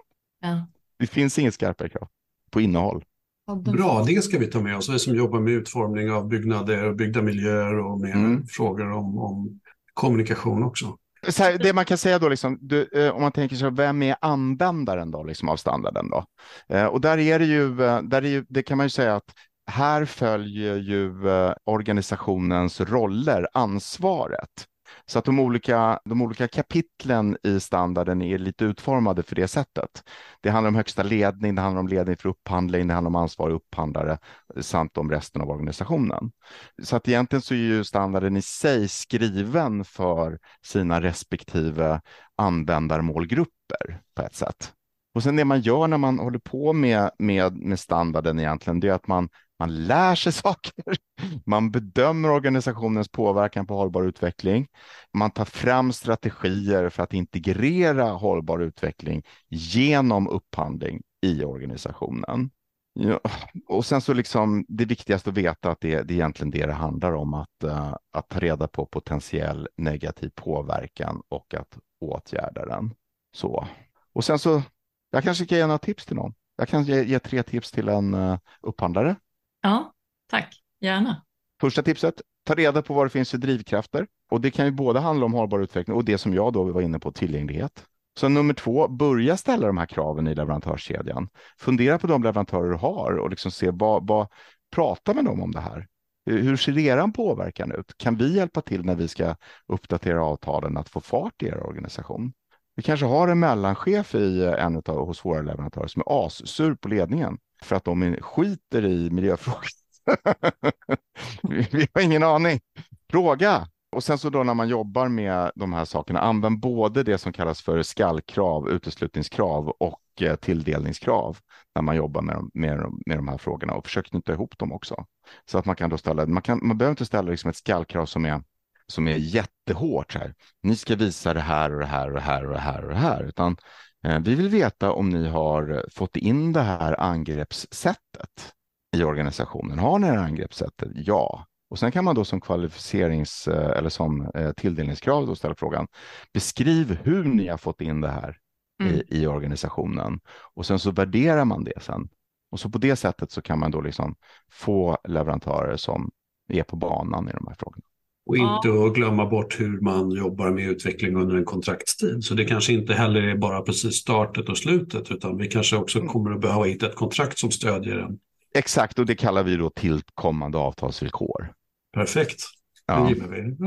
Ja. Det finns inget skarpare krav på innehåll. Bra, det ska vi ta med oss. Vi som jobbar med utformning av byggnader och byggda miljöer och med Mm. frågor om, om kommunikation också. Så här, det man kan säga då, liksom, du, eh, om man tänker sig, vem är användaren då, liksom, av standarden då? Eh, och där är det ju, eh, där är ju, det kan man ju säga att här följer ju eh, organisationens roller ansvaret. Så att de olika, de olika kapitlen i standarden är lite utformade för det sättet. Det handlar om högsta ledning, det handlar om ledning för upphandling, det handlar om ansvarig upphandlare samt om resten av organisationen. Så att egentligen så är ju standarden i sig skriven för sina respektive användarmålgrupper på ett sätt. Och sen det man gör när man håller på med, med, med standarden egentligen, det är att man Man lär sig saker, man bedömer organisationens påverkan på hållbar utveckling, man tar fram strategier för att integrera hållbar utveckling genom upphandling i organisationen. Ja, och sen så liksom det viktigaste att veta att det, det är egentligen det det handlar om, att, uh, att ta reda på potentiell negativ påverkan och att åtgärda den. Så. Och sen så, jag kanske ska ge några tips till någon. Jag kan ge, ge tre tips till en uh, upphandlare. Ja, tack. Gärna. Första tipset, ta reda på vad det finns för drivkrafter. Och det kan ju både handla om hållbar utveckling och det som jag då var inne på, tillgänglighet. Så nummer två, börja ställa de här kraven i leverantörskedjan. Fundera på de leverantörer du har och liksom se vad, vad prata med dem om det här. Hur ser er påverkan ut? Kan vi hjälpa till när vi ska uppdatera avtalen att få fart i er organisation? Vi kanske har en mellanchef i en av hos våra leverantörer som är assur på ledningen för att de skiter i miljöfrågor. vi, vi har ingen aning. Fråga. Och sen så då när man jobbar med de här sakerna, använd både det som kallas för skallkrav, uteslutningskrav och eh, tilldelningskrav när man jobbar med de, med, de, med de här frågorna, och försök knyta ihop dem också. Så att man kan då ställa, man, kan, man behöver inte ställa liksom ett skallkrav som är, som är jättehårt så här. Ni ska visa det här och det här och det här och det här och det här, utan eh, vi vill veta om ni har fått in det här angreppssättet i organisationen. Har ni det här angreppssättet? Ja. Och sen kan man då som kvalificerings eller som eh, tilldelningskrav då ställa frågan, beskriv hur ni har fått in det här mm. i, i organisationen. Och sen så värderar man det sen. Och så på det sättet så kan man då liksom få leverantörer som är på banan i de här frågorna. Och inte att glömma bort hur man jobbar med utveckling under en kontraktstid. Så det kanske inte heller är bara precis startet och slutet, utan vi kanske också kommer att behöva hitta ett kontrakt som stödjer den. Exakt, och det kallar vi då tillkommande avtalsvillkor. Perfekt. Ja. Det gillar vi.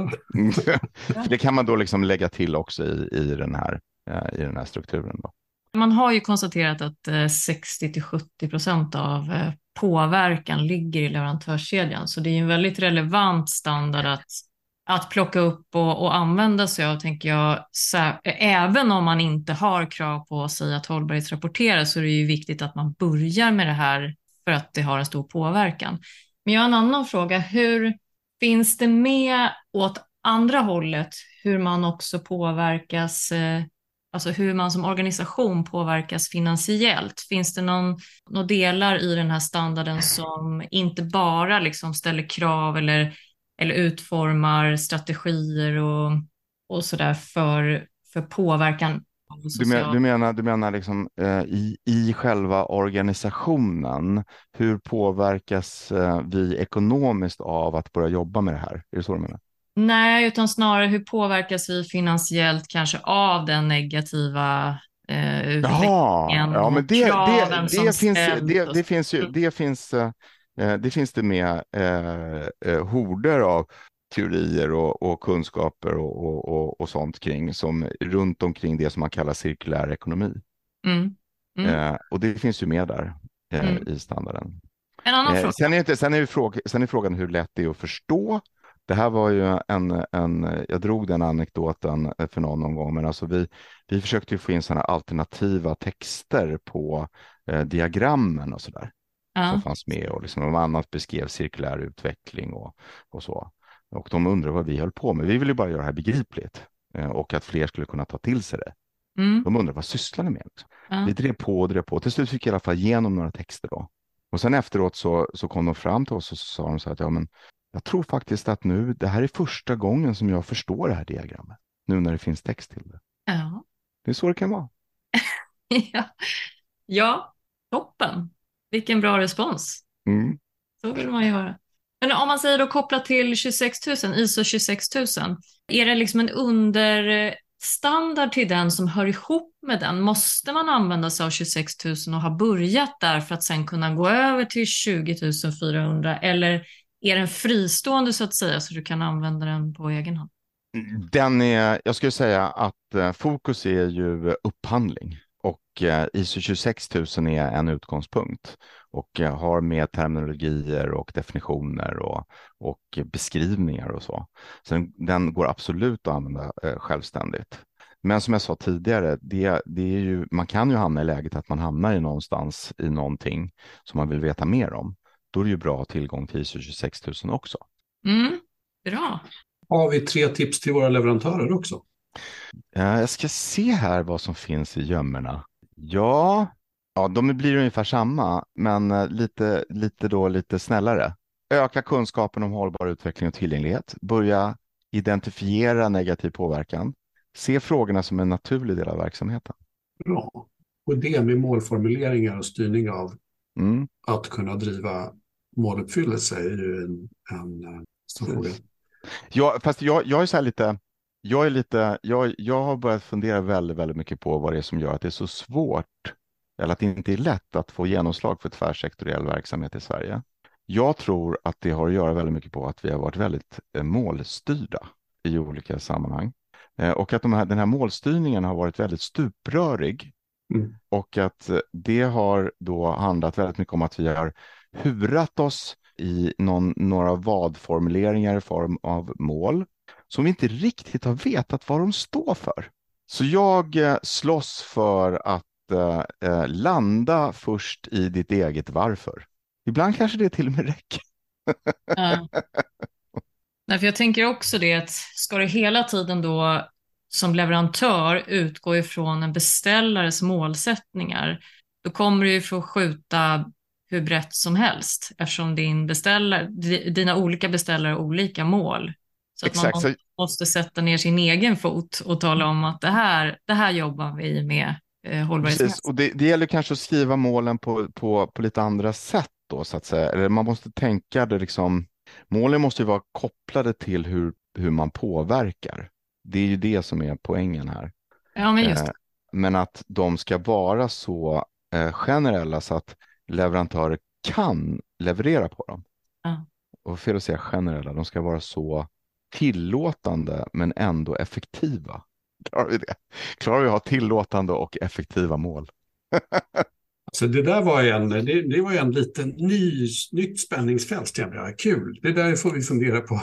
Ja. Det kan man då liksom lägga till också i, i, den, här, i den här strukturen. Då. Man har ju konstaterat att sextio till sjuttio procent av påverkan ligger i leverantörskedjan. Så det är en väldigt relevant standard att, att plocka upp och, och använda sig av, tänker jag. Så, även om man inte har krav på sig att hållbarhetsrapportera, så är det ju viktigt att man börjar med det här för att det har en stor påverkan. Men jag har en annan fråga. Hur finns det med åt andra hållet hur man också påverkas, eh, alltså hur man som organisation påverkas finansiellt? Finns det någon, några delar i den här standarden som inte bara liksom ställer krav eller, eller utformar strategier och, och sådär för, för påverkan? Du, men, du menar, du menar liksom, eh, i, i själva organisationen, hur påverkas eh, vi ekonomiskt av att börja jobba med det här? Är det så du menar? Nej, utan snarare hur påverkas vi finansiellt kanske av den negativa eh, utvecklingen? Jaha, ja, men det, det, det, det, finns, det, det finns ju det finns, eh, det finns det med eh, eh, horder av teorier och, och kunskaper och, och, och, och sånt kring, som runt omkring det som man kallar cirkulär ekonomi. Mm. Mm. Eh, och det finns ju med där eh, mm. i standarden. En annan eh, fråga. Sen är, inte, sen, är fråga, sen är frågan hur lätt det är att förstå. Det här var ju en, en jag drog den anekdoten för någon, någon gång, men alltså vi, vi försökte ju få in sådana alternativa texter på eh, diagrammen och sådär. Ja. Som fanns med, och liksom annat beskrev cirkulär utveckling och, och så. Och de undrar vad vi höll på med. Vi ville ju bara göra det här begripligt eh, och att fler skulle kunna ta till sig det. Mm. De undrar vad sysslar ni med? Liksom. Ja. Vi drev på och drev på. Till slut fick jag i alla fall igenom några texter då. Och sen efteråt så, så kom de fram till oss och så sa de så att ja, men jag tror faktiskt att nu, det här är första gången som jag förstår det här diagrammet. Nu när det finns text till det. Ja. Det är så det kan vara. ja. ja, toppen. Vilken bra respons. Mm. Så vill man göra. Men om man säger då kopplat till tjugosex tusen, I S O tjugosex tusen, är det liksom en understandard till den som hör ihop med den? Måste man använda sig av tjugosex tusen och ha börjat där för att sen kunna gå över till tjugo tusen fyrahundra? Eller är den fristående så att säga, så du kan använda den på egen hand? Den är, jag skulle säga att eh, fokus är ju upphandling. Och eh, I S O tjugosex tusen är en utgångspunkt och eh, har med terminologier och definitioner och, och beskrivningar och så. Så den går absolut att använda eh, självständigt. Men som jag sa tidigare, det, det är ju, man kan ju hamna i läget att man hamnar i någonstans i någonting som man vill veta mer om. Då är det ju bra att ha tillgång till I S O tjugosex tusen också. Mm, bra. Har vi tre tips till våra leverantörer också? Jag ska se här vad som finns i gömmorna. Ja, ja, de blir ungefär samma, men lite, lite, då, lite snällare. Öka kunskapen om hållbar utveckling och tillgänglighet. Börja identifiera negativ påverkan. Se frågorna som en naturlig del av verksamheten. Bra. Och det med målformuleringar och styrning av mm. att kunna driva måluppfyllelse är ju en, en stor fråga. Ja, fast jag, jag är så här lite... Jag, är lite, jag, jag har börjat fundera väldigt, väldigt mycket på vad det är som gör att det är så svårt, eller att det inte är lätt att få genomslag för tvärsektoriell verksamhet i Sverige. Jag tror att det har att göra väldigt mycket på att vi har varit väldigt eh, målstyrda i olika sammanhang. Eh, och att de här, den här målstyrningen har varit väldigt stuprörig. Mm. Och att eh, det har då handlat väldigt mycket om att vi har hurat oss i någon, några vadformuleringar i form av mål. som vi inte riktigt har vetat vad de står för. Så jag eh, slåss för att eh, eh, landa först i ditt eget varför. Ibland kanske det till och med räcker. Ja. Nej, för jag tänker också det att ska det hela tiden då som leverantör utgå ifrån en beställares målsättningar, då kommer du ju få skjuta hur brett som helst eftersom din beställare, dina olika beställare har olika mål. Så att Exakt. man måste sätta ner sin egen fot och tala om att det här, det här jobbar vi med eh, hållbarhetsmässigt. Precis, och det, det gäller kanske att skriva målen på, på, på lite andra sätt då, så att säga. Eller man måste tänka det liksom, målen måste ju vara kopplade till hur, hur man påverkar. Det är ju det som är poängen här. Ja, men just eh, men att de ska vara så eh, generella så att leverantörer kan leverera på dem. Ja. Och fel att säga generella, de ska vara så tillåtande men ändå effektiva. Klarar vi det? Klarar vi att ha tillåtande och effektiva mål? Så det där var en, det, det var en liten ny, nytt spänningsfält. Ja, kul, det där får vi fundera på.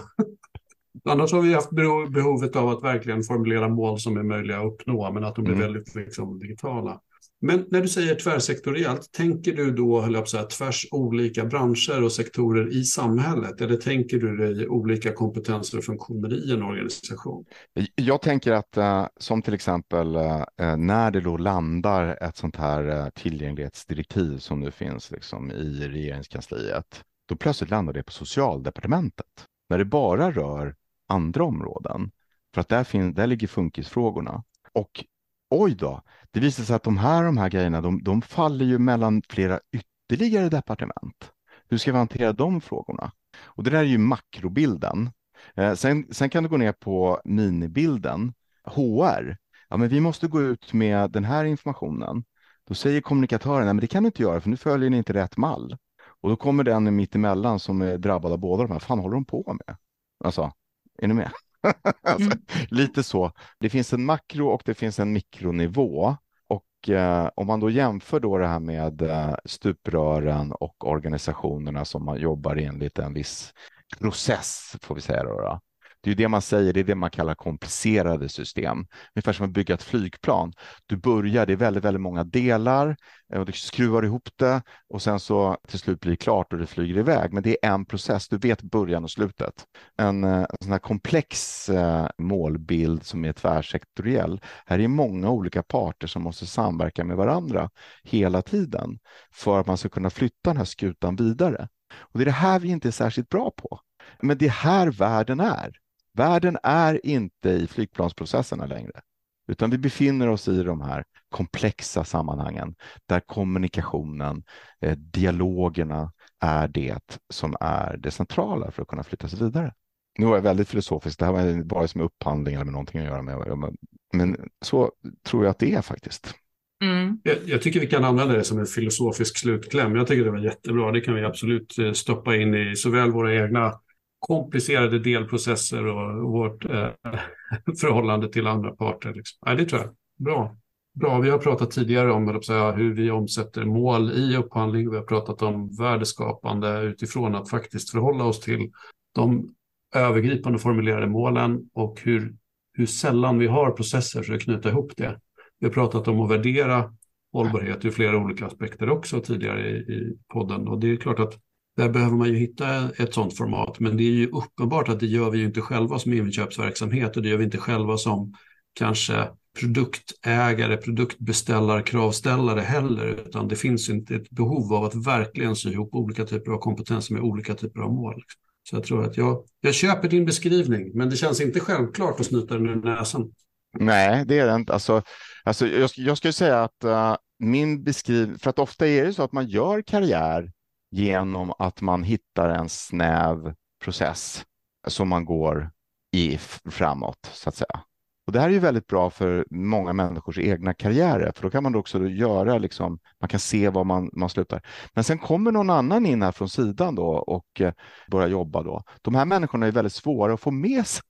Annars har vi haft behovet av att verkligen formulera mål som är möjliga att uppnå, men att de är mm. väldigt liksom, digitala. Men när du säger tvärsektoriellt, tänker du då höll jag på att säga, tvärs olika branscher och sektorer i samhället? Eller tänker du dig olika kompetenser och funktioner i en organisation? Jag tänker att uh, som till exempel uh, när det då landar ett sånt här uh, tillgänglighetsdirektiv som nu finns liksom, i regeringskansliet, då plötsligt landar det på socialdepartementet. När det bara rör andra områden. För att där, finns, där ligger funkisfrågorna. Och oj då, det visar sig att de här, de här grejerna, de, de faller ju mellan flera ytterligare departement. Hur ska vi hantera de frågorna? Och det där är ju makrobilden. Eh, sen, sen kan du gå ner på minibilden. H R. Ja, men vi måste gå ut med den här informationen. Då säger kommunikatören, nej men det kan du inte göra för nu följer ni inte rätt mall. Och då kommer den mitt emellan som är drabbad av båda de här. Fan håller de på med? Alltså, är ni med? alltså, mm. Lite så. Det finns en makro och det finns en mikronivå. Och eh, om man då jämför då det här med eh, stuprören och organisationerna som man jobbar enligt en viss process, får vi säga då. då. Det är ju det man säger, det är det man kallar komplicerade system. Ungefär som att bygga ett flygplan. Du börjar, det är väldigt, väldigt många delar och du skruvar ihop det och sen så till slut blir det klart och det flyger iväg. Men det är en process, du vet början och slutet. En, en sån här komplex eh, målbild som är tvärsektoriell. Här är många olika parter som måste samverka med varandra hela tiden för att man ska kunna flytta den här skutan vidare. Och det är det här vi inte är särskilt bra på. Men det är här världen är. Världen är inte i flygplansprocesserna längre, utan vi befinner oss i de här komplexa sammanhangen där kommunikationen, eh, dialogerna är det som är det centrala för att kunna flytta sig vidare. Nu var jag väldigt filosofisk, det här var bara som upphandling eller med någonting att göra med, men så tror jag att det är faktiskt. Mm. Jag, jag tycker vi kan använda det som en filosofisk slutkläm. Jag tycker det var jättebra, det kan vi absolut stoppa in i såväl våra egna komplicerade delprocesser och vårt eh, förhållande till andra parter. Liksom. Ja, det tror jag. Bra. Bra. Vi har pratat tidigare om säga, hur vi omsätter mål i upphandling. Vi har pratat om värdeskapande utifrån att faktiskt förhålla oss till de övergripande formulerade målen och hur, hur sällan vi har processer för att knyta ihop det. Vi har pratat om att värdera hållbarhet ur flera olika aspekter också tidigare i, i podden. Och det är klart att där behöver man ju hitta ett sådant format, men det är ju uppenbart att det gör vi ju inte själva som inköpsverksamhet och det gör vi inte själva som kanske produktägare, produktbeställare, kravställare heller, utan det finns inte ett behov av att verkligen sy ihop olika typer av kompetenser med olika typer av mål. Så jag tror att jag, jag köper din beskrivning, men det känns inte självklart att snyta den ur näsan. Nej, det är det inte. Alltså, alltså jag, jag skulle säga att uh, min beskrivning, för att ofta är det så att man gör karriär genom att man hittar en snäv process som man går i framåt, så att säga. Och det här är ju väldigt bra för många människors egna karriärer, för då kan man då också göra, liksom, man kan se var man, man slutar. Men sen kommer någon annan in här från sidan då och eh, börjar jobba då. De här människorna är väldigt svåra att få med sig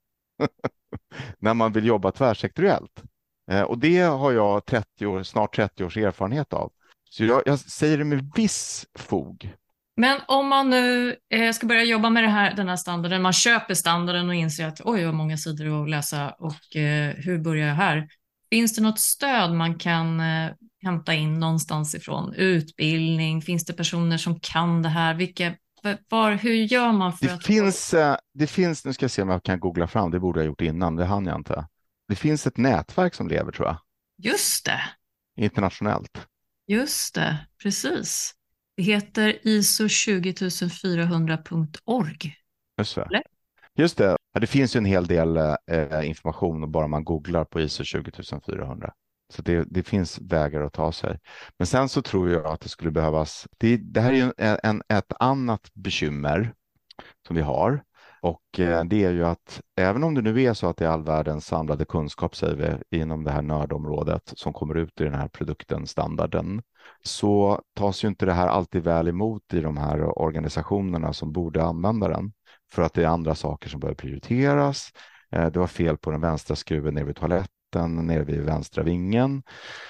när man vill jobba tvärsektoriellt. Eh, och det har jag trettio år, snart trettio års erfarenhet av. Så jag, jag säger det med viss fog Men om man nu eh, ska börja jobba med det här, den här standarden, man köper standarden och inser att oj, vad många sidor att läsa och eh, hur börjar jag här? Finns det något stöd man kan eh, hämta in någonstans ifrån? Utbildning? Finns det personer som kan det här? Vilka, var, hur gör man för Det att... finns, eh, det finns, nu ska jag se om jag kan googla fram, det borde jag ha gjort innan, det hann jag inte. Det finns ett nätverk som lever, tror jag, Just det, internationellt. just det, precis. Det heter I S O tjugo fyrahundra punkt org. Just det. Eller? Just det. Ja, det finns ju en hel del eh, information bara man googlar på I S O tjugo fyrahundra. Så det, det finns vägar att ta sig. Men sen så tror jag att det skulle behövas, det, det här är ju en, en, ett annat bekymmer som vi har. Och eh, det är ju att även om det nu är så att det är all världens samlade kunskap, säger vi, inom det här nördområdet som kommer ut i den här produkten, standarden, så tas ju inte det här alltid väl emot i de här organisationerna som borde använda den. För att det är andra saker som behöver prioriteras. Eh, det var fel på den vänstra skruven nere vid toaletten, nere vid vänstra vingen.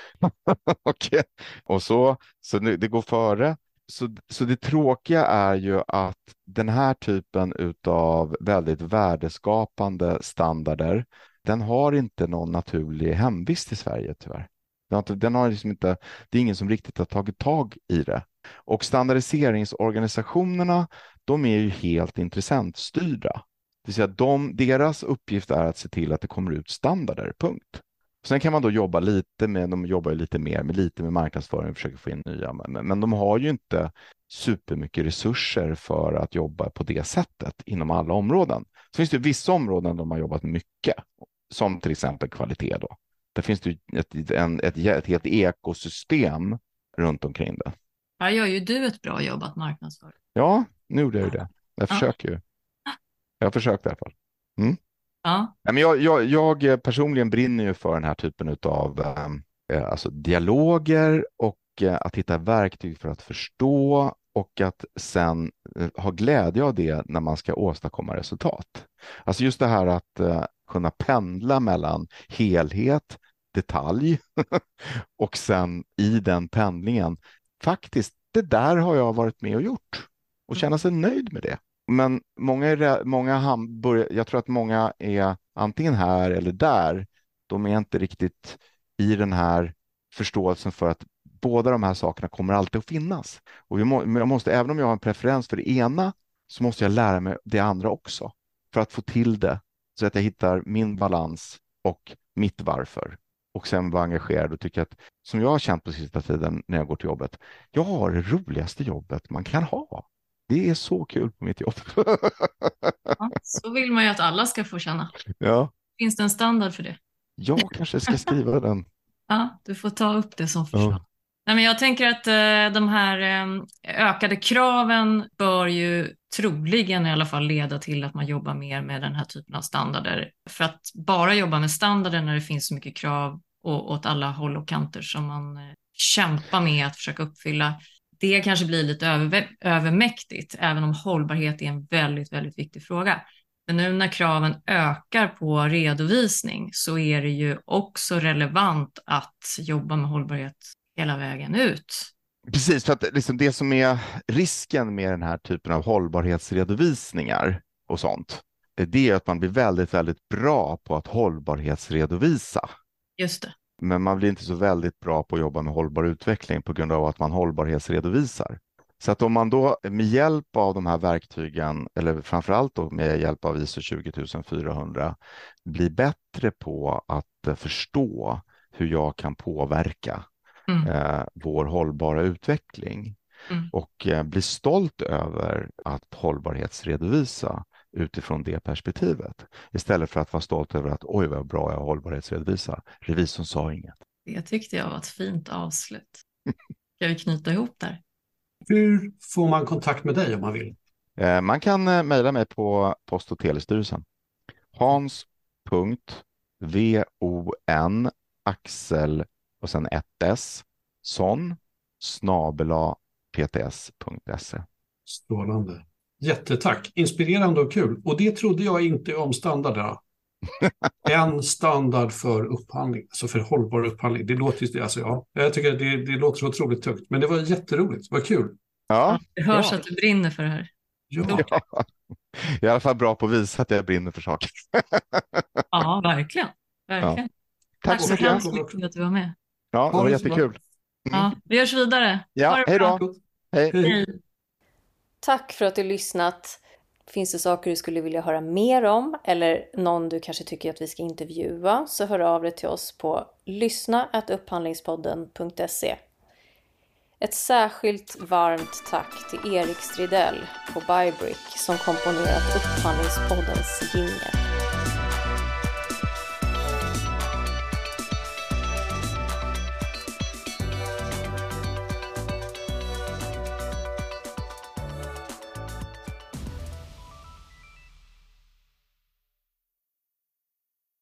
och, och så, så nu, det går före. Så, så det tråkiga är ju att den här typen av väldigt värdeskapande standarder, den har inte någon naturlig hemvist i Sverige tyvärr. Den har, inte- den har liksom inte, det är ingen som riktigt har tagit tag i det. Och standardiseringsorganisationerna, de är ju helt intressentstyrda. Det vill säga de, deras uppgift är att se till att det kommer ut standarder, punkt. Sen kan man då jobba lite med, de jobbar ju lite mer med lite med marknadsföring och försöker få in nya, men, men de har ju inte supermycket resurser för att jobba på det sättet inom alla områden. Så finns det ju vissa områden de har jobbat mycket, som till exempel kvalitet då. Där finns det ju ett, en, ett, ett helt ekosystem runt omkring det. Här gör ju du ett bra jobb att marknadsföra. Ja, nu gjorde jag ju det. Jag Ja. försöker ju. Jag har försökt i alla fall. Mm. Ja, Nej, men jag, jag, jag personligen brinner ju för den här typen av eh, alltså dialoger och eh, att hitta verktyg för att förstå och att sen eh, ha glädje av det när man ska åstadkomma resultat. Alltså just det här att eh, kunna pendla mellan helhet, detalj och sen i den pendlingen faktiskt, det där har jag varit med och gjort och känna sig nöjd med det. Men många, är, rä- många ham- börjar, jag tror att många är antingen här eller där. De är inte riktigt i den här förståelsen för att båda de här sakerna kommer alltid att finnas. Och vi må, men jag måste, även om jag har en preferens för det ena, så måste jag lära mig det andra också. För att få till det, så att jag hittar min balans och mitt varför. Och sen vara engagerad och tycka att, som jag har känt på sista tiden när jag går till jobbet, jag har det roligaste jobbet man kan ha. Det är så kul på mitt jobb. ja, så vill man ju att alla ska få känna. Ja, Finns det en standard för det? jag kanske ska skriva den. Ja, du får ta upp det som förslag. Ja. Nej, men jag tänker att eh, de här eh, ökade kraven bör ju troligen i alla fall leda till att man jobbar mer med den här typen av standarder. För att bara jobba med standarder när det finns så mycket krav och, åt alla håll och kanter som man eh, kämpar med att försöka uppfylla, det kanske blir lite över, övermäktigt, även om hållbarhet är en väldigt, väldigt viktig fråga. Men nu när kraven ökar på redovisning så är det ju också relevant att jobba med hållbarhet hela vägen ut. Precis, för att liksom det som är risken med den här typen av hållbarhetsredovisningar och sånt, det är att man blir väldigt, väldigt bra på att hållbarhetsredovisa. Just det. Men man blir inte så väldigt bra på att jobba med hållbar utveckling på grund av att man hållbarhetsredovisar. Så att om man då med hjälp av de här verktygen, eller framförallt då med hjälp av I S O tjugo fyrahundra, blir bättre på att förstå hur jag kan påverka Mm. eh, vår hållbara utveckling Mm. och eh, blir stolt över att hållbarhetsredovisa utifrån det perspektivet. Istället för att vara stolt över att oj vad bra jag hållbarhetsredovisar. Revisorn sa inget. Det tyckte jag var ett fint avslut. Ska vi knyta ihop där? Hur får man kontakt med dig om man vill? Eh, man kan eh, mejla mig på Post- och telestyrelsen. Hans.von Axel och sen ett S son snabela pts.se. Strålande. Jättetack. Inspirerande och kul. Och det trodde jag inte om standarderna. En standard för upphandling, alltså för hållbar upphandling. Det låter ju, alltså ja, jag tycker det, det låter så otroligt tungt. Men det var jätteroligt. Vad kul. Ja, Det hörs bra. att du brinner för det här. Ja. ja. Jag är i alla fall bra på att visa att jag brinner för saker. Ja, verkligen. verkligen. Tack Tack så så mycket. hemskt mycket för att du var med. Ja, det Ha var det så bra. jättekul. Mm. Ja, vi görs vidare. Ha Ja, det hej bra. då. Hej. Hej. Tack för att du lyssnat. Finns det saker du skulle vilja höra mer om eller någon du kanske tycker att vi ska intervjua, så hör av dig till oss på lyssna at upphandlingspodden punkt se. Ett särskilt varmt tack till Erik Stridell på Bybrick som komponerat Upphandlingspoddens jingel.